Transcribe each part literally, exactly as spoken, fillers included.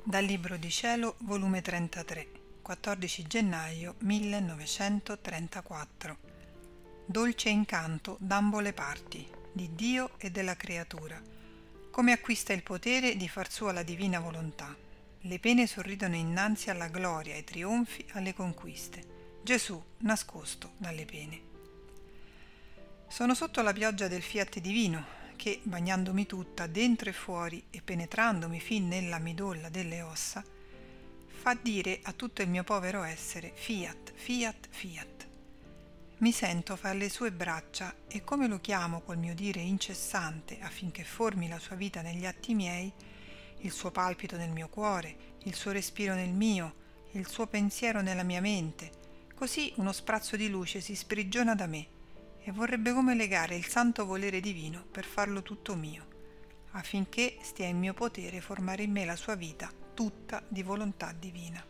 Dal Libro di Cielo, volume trentatré, quattordici gennaio millenovecentotrentaquattro. Dolce incanto d'ambo le parti, di Dio e della creatura. Come acquista il potere di far sua la divina volontà. Le pene sorridono innanzi alla gloria, ai trionfi, alle conquiste. Gesù nascosto dalle pene. Sono sotto la pioggia del fiat divino, che, bagnandomi tutta, dentro e fuori, e penetrandomi fin nella midolla delle ossa, fa dire a tutto il mio povero essere fiat, fiat, fiat. Mi sento fra le sue braccia e come lo chiamo col mio dire incessante affinché formi la sua vita negli atti miei, il suo palpito nel mio cuore, il suo respiro nel mio, il suo pensiero nella mia mente, così uno sprazzo di luce si sprigiona da me e vorrebbe come legare il santo volere divino per farlo tutto mio, affinché stia in mio potere formare in me la sua vita tutta di volontà divina.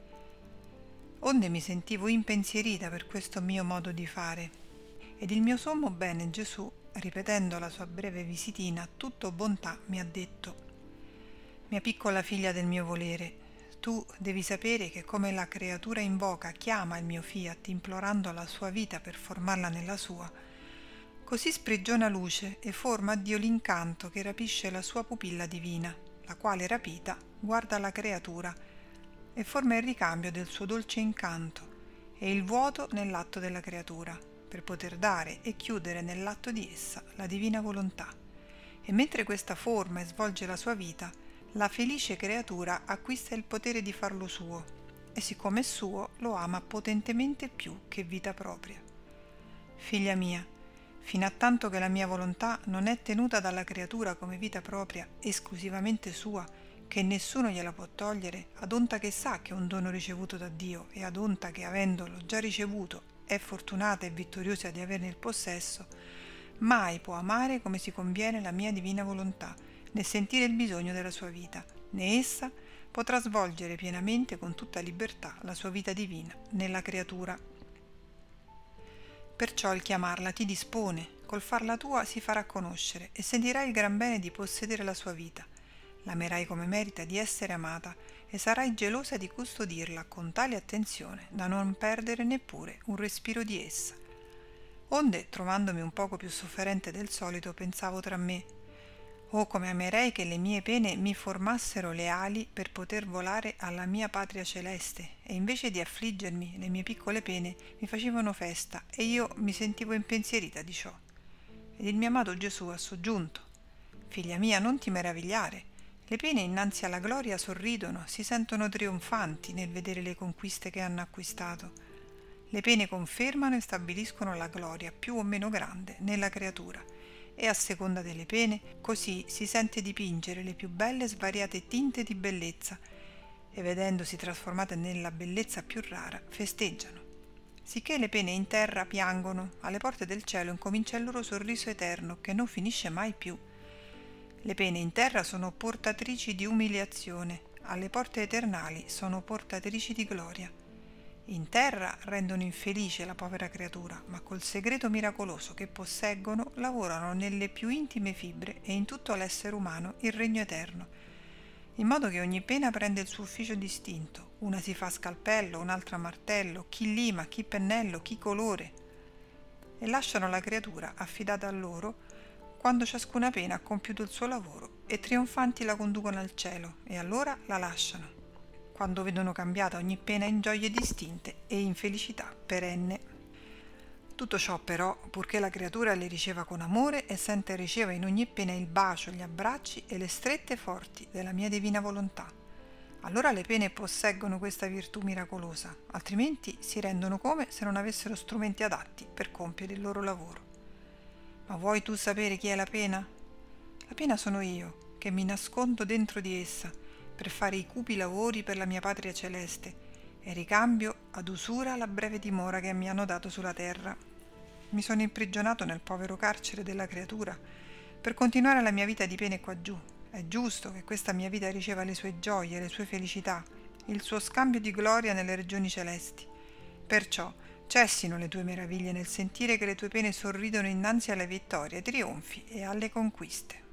Onde mi sentivo impensierita per questo mio modo di fare, ed il mio sommo bene Gesù, ripetendo la sua breve visitina, tutto bontà, mi ha detto: «Mia piccola figlia del mio volere, tu devi sapere che come la creatura invoca, chiama il mio fiat implorando la sua vita per formarla nella sua, così sprigiona luce e forma a Dio l'incanto che rapisce la sua pupilla divina, la quale rapita guarda la creatura e forma il ricambio del suo dolce incanto e il vuoto nell'atto della creatura, per poter dare e chiudere nell'atto di essa la divina volontà. E mentre questa forma e svolge la sua vita, la felice creatura acquista il potere di farlo suo, e siccome è suo lo ama potentemente più che vita propria. Figlia mia, fino a tanto che la mia volontà non è tenuta dalla creatura come vita propria, esclusivamente sua, che nessuno gliela può togliere, ad onta che sa che è un dono ricevuto da Dio e ad onta che, avendolo già ricevuto, è fortunata e vittoriosa di averne il possesso, mai può amare come si conviene la mia divina volontà, né sentire il bisogno della sua vita, né essa potrà svolgere pienamente con tutta libertà la sua vita divina nella creatura. Perciò il chiamarla ti dispone, col farla tua si farà conoscere e sentirai il gran bene di possedere la sua vita. L'amerai come merita di essere amata e sarai gelosa di custodirla con tale attenzione da non perdere neppure un respiro di essa. Onde, trovandomi un poco più sofferente del solito, pensavo tra me: oh, come amerei che le mie pene mi formassero le ali per poter volare alla mia patria celeste, e invece di affliggermi le mie piccole pene mi facevano festa e io mi sentivo impensierita di ciò. Ed il mio amato Gesù ha soggiunto: figlia mia, non ti meravigliare, le pene innanzi alla gloria sorridono, si sentono trionfanti nel vedere le conquiste che hanno acquistato. Le pene confermano e stabiliscono la gloria più o meno grande nella creatura, e a seconda delle pene così si sente dipingere le più belle e svariate tinte di bellezza, e vedendosi trasformate nella bellezza più rara festeggiano. Sicché le pene in terra piangono, alle porte del cielo incomincia il loro sorriso eterno che non finisce mai più. Le pene in terra sono portatrici di umiliazione, alle porte eternali sono portatrici di gloria. In terra rendono infelice la povera creatura, ma col segreto miracoloso che posseggono lavorano nelle più intime fibre e in tutto l'essere umano il regno eterno, in modo che ogni pena prende il suo ufficio distinto, una si fa scalpello, un'altra martello, chi lima, chi pennello, chi colore, e lasciano la creatura affidata a loro quando ciascuna pena ha compiuto il suo lavoro, e trionfanti la conducono al cielo e allora la lasciano, quando vedono cambiata ogni pena in gioie distinte e in felicità perenne. Tutto ciò però purché la creatura le riceva con amore e sente e riceva in ogni pena il bacio, gli abbracci e le strette forti della mia divina volontà. Allora le pene posseggono questa virtù miracolosa, altrimenti si rendono come se non avessero strumenti adatti per compiere il loro lavoro. Ma vuoi tu sapere chi è la pena? La pena sono io, che mi nascondo dentro di essa per fare i cupi lavori per la mia patria celeste e ricambio ad usura la breve dimora che mi hanno dato sulla terra. Mi sono imprigionato nel povero carcere della creatura per continuare la mia vita di pene qua giù. È giusto che questa mia vita riceva le sue gioie, le sue felicità, il suo scambio di gloria nelle regioni celesti. Perciò cessino le tue meraviglie nel sentire che le tue pene sorridono innanzi alle vittorie, ai trionfi e alle conquiste.